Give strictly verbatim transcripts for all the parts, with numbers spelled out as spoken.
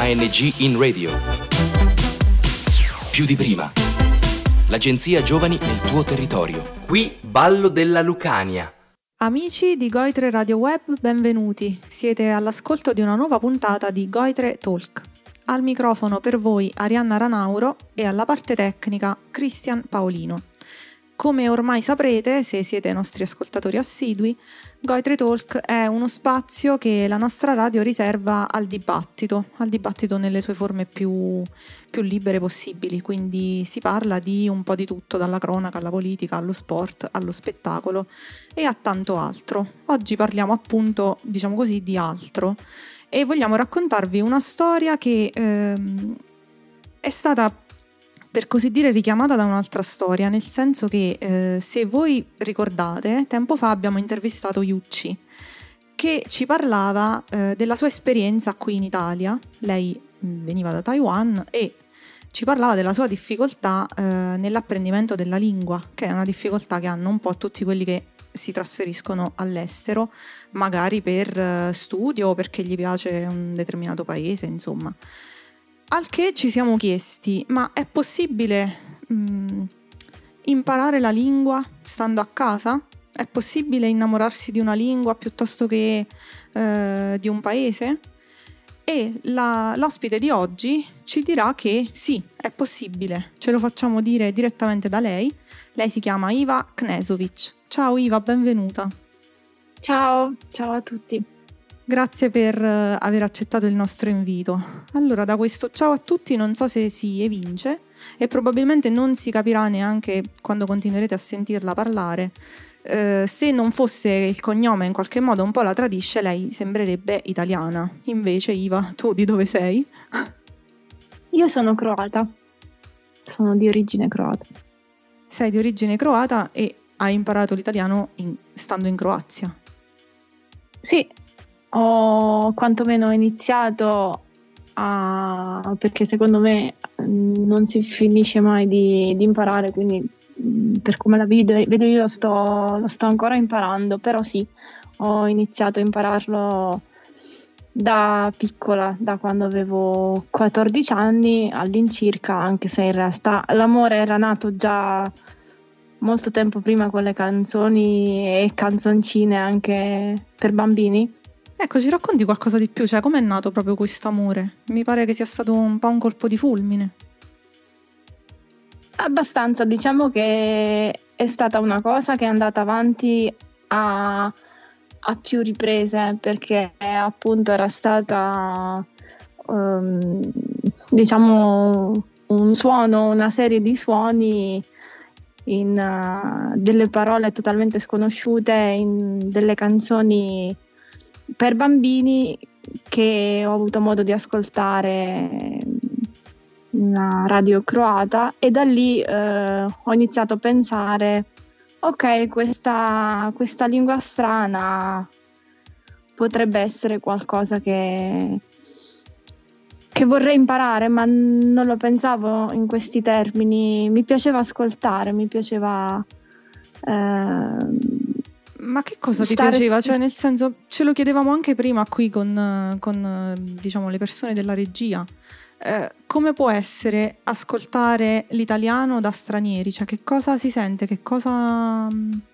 A N G in Radio. Più di prima. L'agenzia Giovani nel tuo territorio. Qui Ballo della Lucania. Amici di Goitre Radio Web, benvenuti. Siete all'ascolto di una nuova puntata di Goitre Talk. Al microfono per voi Arianna Ranauro e alla parte tecnica Cristian Paolino. Come ormai saprete, se siete nostri ascoltatori assidui, Goitre Talk è uno spazio che la nostra radio riserva al dibattito, al dibattito nelle sue forme più, più libere possibili, quindi si parla di un po' di tutto, dalla cronaca alla politica, allo sport, allo spettacolo e a tanto altro. Oggi parliamo appunto, diciamo così, di altro e vogliamo raccontarvi una storia che ehm, è stata, per così dire, richiamata da un'altra storia, nel senso che eh, se voi ricordate, tempo fa abbiamo intervistato Yucci, che ci parlava eh, della sua esperienza qui in Italia. Lei veniva da Taiwan e ci parlava della sua difficoltà eh, nell'apprendimento della lingua, che è una difficoltà che hanno un po' tutti quelli che si trasferiscono all'estero, magari per eh, studio o perché gli piace un determinato paese, insomma. Al che ci siamo chiesti, ma è possibile mh, imparare la lingua stando a casa? È possibile innamorarsi di una lingua piuttosto che eh, di un paese? E la, l'ospite di oggi ci dirà che sì, è possibile. Ce lo facciamo dire direttamente da lei. Lei si chiama Iva Knežović. Ciao Iva, benvenuta. Ciao, ciao a tutti. Grazie per uh, aver accettato il nostro invito. Allora, da questo ciao a tutti non so se si evince e probabilmente non si capirà neanche quando continuerete a sentirla parlare. Uh, se non fosse il cognome in qualche modo un po' la tradisce, lei sembrerebbe italiana. Invece, Iva, tu di dove sei? Io sono croata. Sono di origine croata. Sei di origine croata e hai imparato l'italiano in, stando in Croazia? Sì. Ho quantomeno iniziato a, perché secondo me non si finisce mai di, di imparare, quindi per come la vedo, vedo io lo sto, lo sto ancora imparando, però sì, ho iniziato a impararlo da piccola, da quando avevo quattordici anni all'incirca, anche se in realtà l'amore era nato già molto tempo prima con le canzoni e canzoncine anche per bambini. Ecco, ci racconti qualcosa di più? Cioè, com'è nato proprio questo amore? Mi pare che sia stato un po' un colpo di fulmine. Abbastanza, diciamo che è stata una cosa che è andata avanti a, a più riprese, perché appunto era stata, um, diciamo, un suono, una serie di suoni in uh, delle parole totalmente sconosciute, in delle canzoni per bambini che ho avuto modo di ascoltare una radio croata, e da lì eh, ho iniziato a pensare ok, questa, questa lingua strana potrebbe essere qualcosa che, che vorrei imparare, ma non lo pensavo in questi termini. Mi piaceva ascoltare, mi piaceva eh, Ma che cosa ti Stare... piaceva? Cioè, nel senso, ce lo chiedevamo anche prima qui con, con diciamo, le persone della regia. Eh, come può essere ascoltare l'italiano da stranieri? Cioè, che cosa si sente? Che cosa...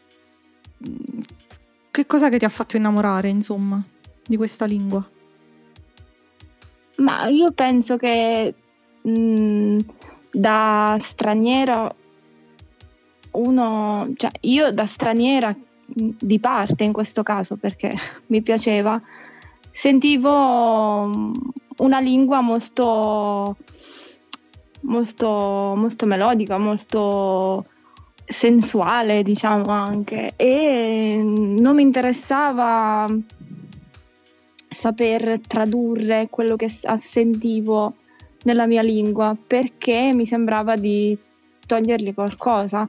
Che cosa che ti ha fatto innamorare, insomma, di questa lingua? Ma io penso che mh, da straniero uno... Cioè, io da straniera di parte in questo caso, perché mi piaceva, sentivo una lingua molto molto molto melodica, molto sensuale, diciamo, anche, e non mi interessava saper tradurre quello che sentivo nella mia lingua, perché mi sembrava di togliergli qualcosa.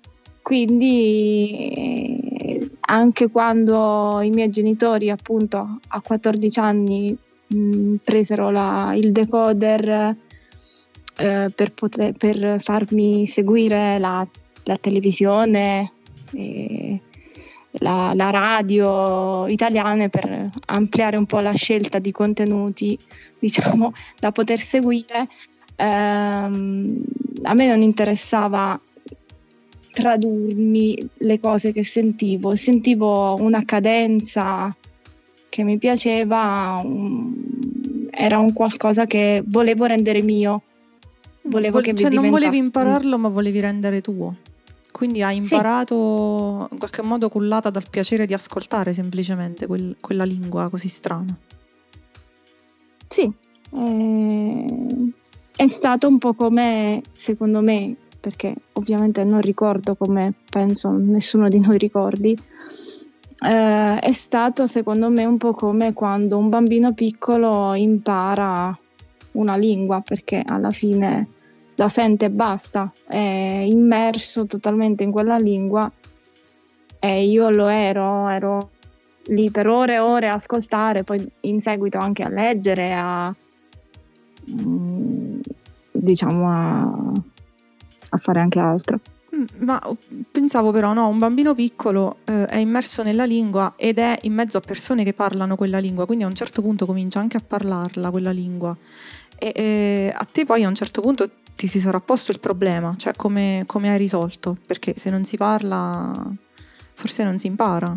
Quindi anche quando i miei genitori, appunto, a quattordici anni mh, presero la, il decoder eh, per, poter, per farmi seguire la, la televisione, e la, la radio italiane per ampliare un po' la scelta di contenuti, diciamo, da poter seguire. Ehm, a me non interessava tradurmi le cose che sentivo, sentivo una cadenza che mi piaceva, un, era un qualcosa che volevo rendere mio, volevo Vol- che cioè mi non volevi diventasse- impararlo, ma volevi rendere tuo. Quindi hai Sì. imparato in qualche modo cullata dal piacere di ascoltare semplicemente quel- quella lingua così strana. Sì, eh, è stato un po' come, secondo me, perché ovviamente non ricordo, come penso nessuno di noi ricordi, eh, è stato secondo me un po' come quando un bambino piccolo impara una lingua, perché alla fine la sente e basta, è immerso totalmente in quella lingua, e io lo ero, ero lì per ore e ore a ascoltare, poi in seguito anche a leggere, a mm, diciamo a, a fare anche altro. Mm, Ma uh, pensavo però, no, un bambino piccolo eh, è immerso nella lingua ed è in mezzo a persone che parlano quella lingua, quindi a un certo punto comincia anche a parlarla quella lingua. E eh, a te poi a un certo punto ti si sarà posto il problema, cioè come, come hai risolto? Perché se non si parla, forse non si impara.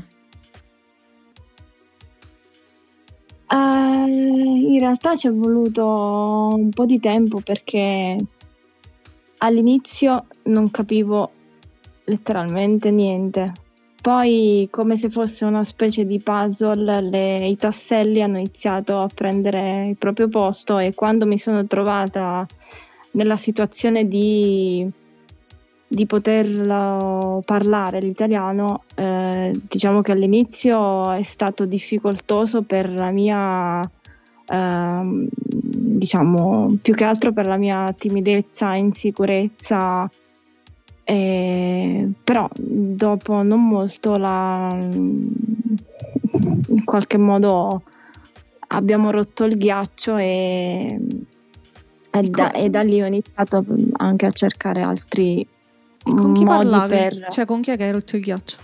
Eh, in realtà ci è voluto un po' di tempo, perché all'inizio non capivo letteralmente niente. Poi, come se fosse una specie di puzzle, le- i tasselli hanno iniziato a prendere il proprio posto, e quando mi sono trovata nella situazione di, di poterlo parlare l'italiano, eh, diciamo che all'inizio è stato difficoltoso per la mia, ehm, diciamo, più che altro per la mia timidezza, insicurezza. Eh, però dopo non molto la, in qualche modo abbiamo rotto il ghiaccio, e, e, E da, co- e da lì ho iniziato anche a cercare altri E con chi modi parlavi? per... Cioè con chi è che hai rotto il ghiaccio?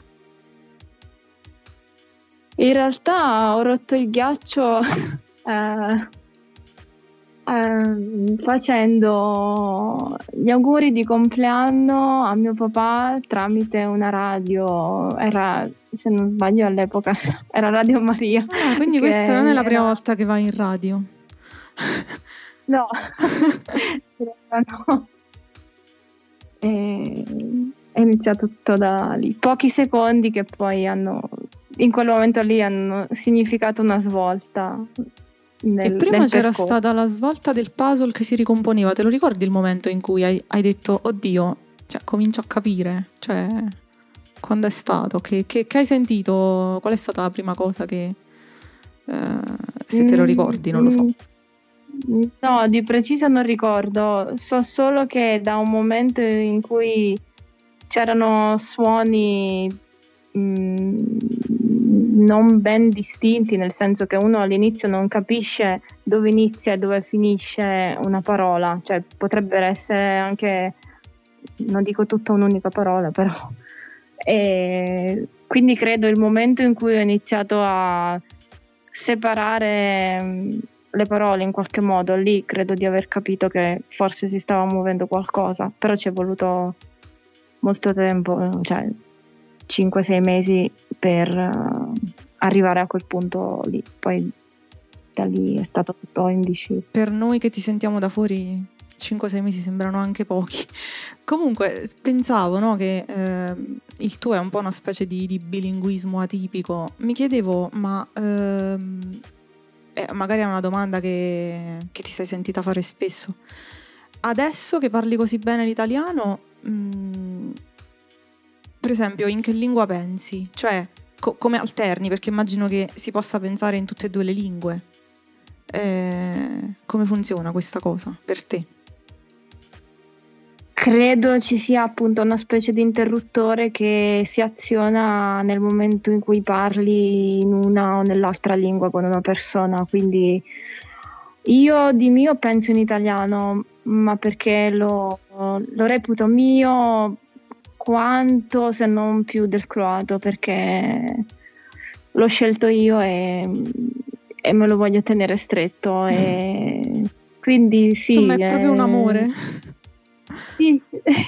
In realtà ho rotto il ghiaccio eh, eh, facendo gli auguri di compleanno a mio papà tramite una radio, era, se non sbaglio all'epoca, era Radio Maria. Ah, quindi che questa non è la prima era- volta che vai in radio. No, in realtà no. E è iniziato tutto da lì. Pochi secondi che poi hanno, in quel momento lì, hanno significato una svolta nel, E prima nel c'era percorso. stata la svolta del puzzle che si ricomponeva. Te lo ricordi il momento in cui hai, hai detto, oddio, cioè comincio a capire? Cioè, quando è stato? Che, che- che hai sentito? Qual è stata la prima cosa che... eh, se te lo ricordi, non lo so. Mm, No, di preciso non ricordo. So solo che da un momento in cui c'erano suoni mm, non ben distinti, nel senso che uno all'inizio non capisce dove inizia e dove finisce una parola, cioè potrebbero essere anche, non dico tutta un'unica parola, però. E quindi credo il momento in cui ho iniziato a separare mm, le parole in qualche modo, lì credo di aver capito che forse si stava muovendo qualcosa, però ci è voluto molto tempo, cioè cinque sei mesi per eh, arrivare a quel punto lì. Poi da lì è stato tutto in discesa. Per noi che ti sentiamo da fuori, cinque sei mesi sembrano anche pochi. Comunque, pensavo, no, che eh, il tuo è un po' una specie di, di bilinguismo atipico. Mi chiedevo, ma ehm, eh, magari è una domanda che, che ti sei sentita fare spesso. Adesso che parli così bene l'italiano, mh, per esempio, in che lingua pensi? Cioè, co- come alterni? Perché immagino che si possa pensare in tutte e due le lingue. Eh, come funziona questa cosa per te? Credo ci sia appunto una specie di interruttore che si aziona nel momento in cui parli in una o nell'altra lingua con una persona, quindi io di mio penso in italiano, ma perché lo, lo reputo mio, quanto se non più del croato, perché l'ho scelto io e, e me lo voglio tenere stretto e quindi sì. Insomma è proprio eh... un amore. Sì.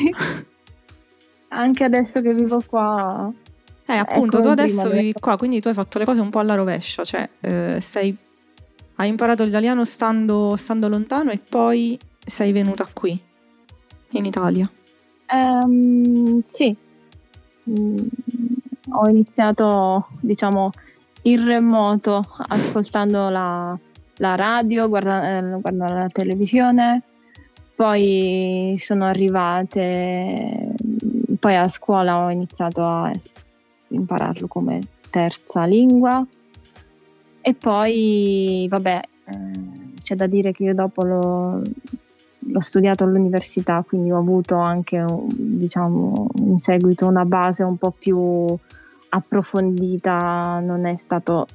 Anche adesso che vivo qua. Eh appunto tu adesso vivi qua, quindi tu hai fatto le cose un po' alla rovescia, cioè eh, sei hai imparato l'italiano stando, stando lontano e poi sei venuta qui in Italia. Um, sì, mm, ho iniziato diciamo in remoto ascoltando la, la radio, guardando, guardando la televisione, poi sono arrivate, poi a scuola ho iniziato a impararlo come terza lingua e poi vabbè eh, c'è da dire che io dopo lo l'ho studiato all'università, quindi ho avuto anche, diciamo, in seguito una base un po' più approfondita, non è stato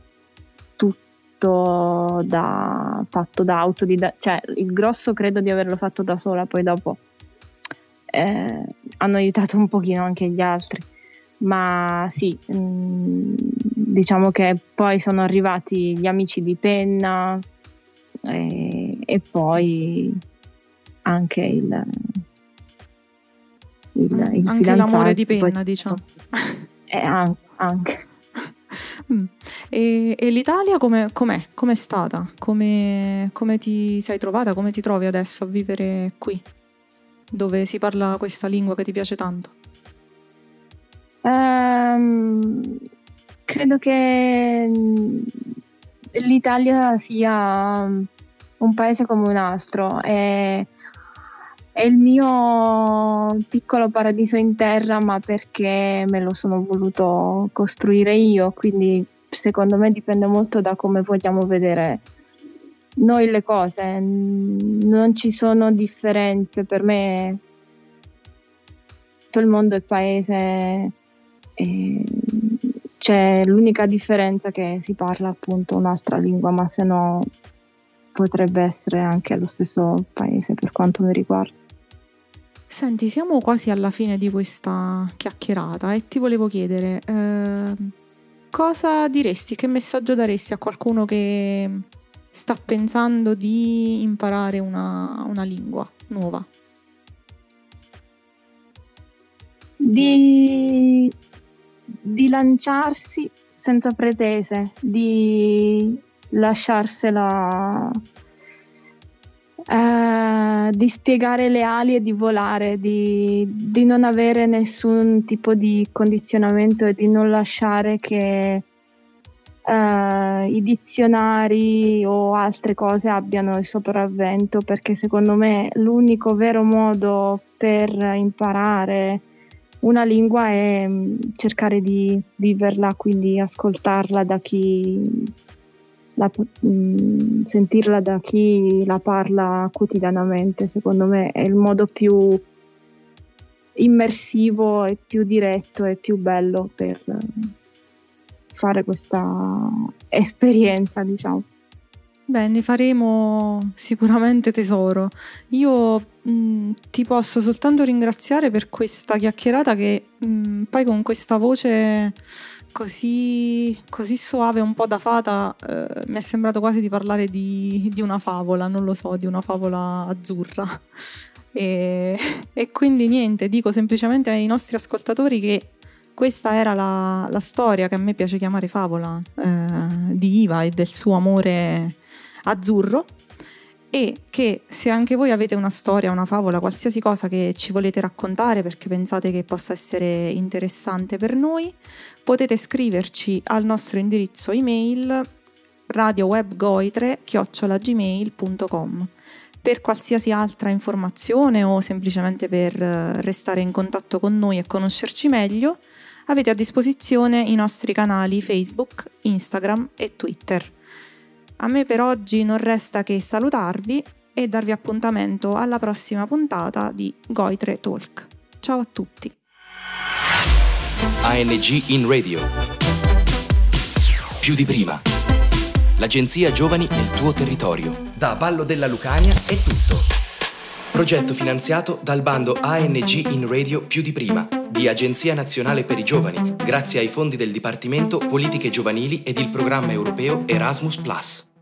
tutto da, fatto da autodidatta, cioè il grosso credo di averlo fatto da sola, poi dopo eh, hanno aiutato un pochino anche gli altri, ma sì, mh, diciamo che poi sono arrivati gli amici di penna e, e poi anche il, il, il anche l'amore di penna, poi, diciamo. Eh, anche. Mm. E, e l'Italia com'è, com'è? Com'è stata? Come, come ti sei trovata? Come ti trovi adesso a vivere qui, dove si parla questa lingua che ti piace tanto? Um, credo che l'Italia sia un paese come un altro. È, È il mio piccolo paradiso in terra, ma perché me lo sono voluto costruire io, quindi secondo me dipende molto da come vogliamo vedere noi le cose. Non ci sono differenze, per me tutto il mondo è paese e c'è l'unica differenza che si parla appunto un'altra lingua, ma se no potrebbe essere anche lo stesso paese per quanto mi riguarda. Senti, siamo quasi alla fine di questa chiacchierata e ti volevo chiedere eh, cosa diresti, che messaggio daresti a qualcuno che sta pensando di imparare una, una lingua nuova? Di, di lanciarsi senza pretese, di lasciarsela... Uh, di spiegare le ali e di volare, di, di non avere nessun tipo di condizionamento e di non lasciare che uh, i dizionari o altre cose abbiano il sopravvento, perché secondo me l'unico vero modo per imparare una lingua è cercare di viverla, quindi ascoltarla da chi La, mh, sentirla da chi la parla quotidianamente. Secondo me è il modo più immersivo e più diretto e più bello per fare questa esperienza, diciamo. Beh, ne faremo sicuramente tesoro. Io mh, ti posso soltanto ringraziare per questa chiacchierata che mh, poi con questa voce così, così soave, un po' da fata, eh, mi è sembrato quasi di parlare di, di una favola, non lo so, di una favola azzurra. E, e quindi niente, dico semplicemente ai nostri ascoltatori che questa era la, la storia che a me piace chiamare favola eh, di Iva e del suo amore azzurro, e che se anche voi avete una storia, una favola, qualsiasi cosa che ci volete raccontare perché pensate che possa essere interessante per noi, potete scriverci al nostro indirizzo email radiowebgoitre chiocciola gmail punto com. Per qualsiasi altra informazione o semplicemente per restare in contatto con noi e conoscerci meglio, avete a disposizione i nostri canali Facebook, Instagram e Twitter. A me per oggi non resta che salutarvi e darvi appuntamento alla prossima puntata di Goitre Talk. Ciao a tutti. A N G in Radio. Più di prima. L'agenzia Giovani nel tuo territorio. Da Vallo della Lucania è tutto. Progetto finanziato dal bando A N G in Radio Più di prima di Agenzia Nazionale per i Giovani, grazie ai fondi del Dipartimento Politiche Giovanili ed il programma europeo Erasmus plus.